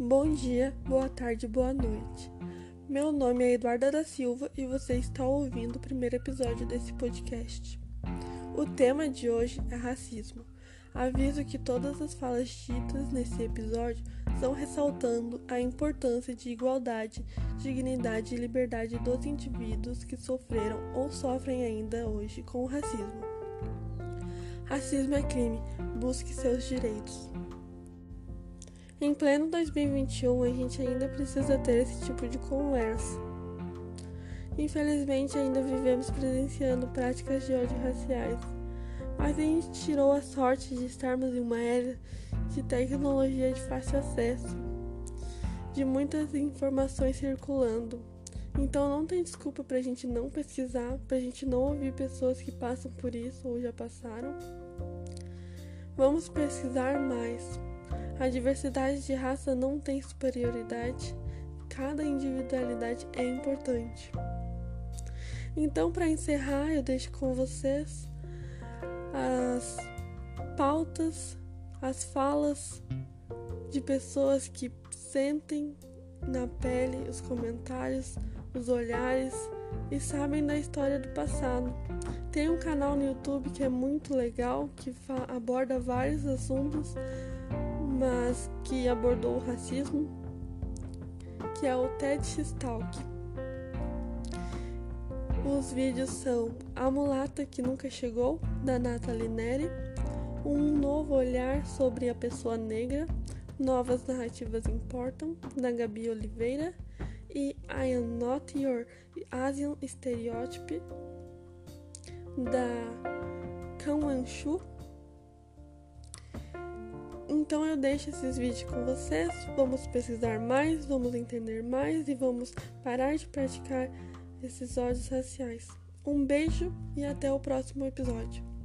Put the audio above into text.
Bom dia, boa tarde, boa noite. Meu nome é Eduarda da Silva e você está ouvindo o primeiro episódio desse podcast. O tema de hoje é racismo. Aviso que todas as falas ditas nesse episódio estão ressaltando a importância de igualdade, dignidade e liberdade dos indivíduos que sofreram ou sofrem ainda hoje com o racismo. Racismo é crime, busque seus direitos. Em pleno 2021, a gente ainda precisa ter esse tipo de conversa. Infelizmente, ainda vivemos presenciando práticas de ódio raciais, mas a gente tirou a sorte de estarmos em uma era de tecnologia de fácil acesso, de muitas informações circulando. Então não tem desculpa pra gente não pesquisar, pra gente não ouvir pessoas que passam por isso ou já passaram. Vamos pesquisar mais. A diversidade de raça não tem superioridade, cada individualidade é importante. Então, para encerrar, eu deixo com vocês as pautas, as falas de pessoas que sentem na pele os comentários, os olhares e sabem da história do passado. Tem um canal no YouTube que é muito legal, que aborda vários assuntos, mas que abordou o racismo, que é o TEDx Talk. Os vídeos são A Mulata que Nunca Chegou, da Nathalie Neri, Um Novo Olhar sobre a Pessoa Negra, Novas Narrativas Importam, da Gabi Oliveira, e I Am Not Your Asian Stereotype, da Kang Wan-Chu. Então eu deixo esses vídeos com vocês, vamos pesquisar mais, vamos entender mais e vamos parar de praticar esses ódios raciais. Um beijo e até o próximo episódio.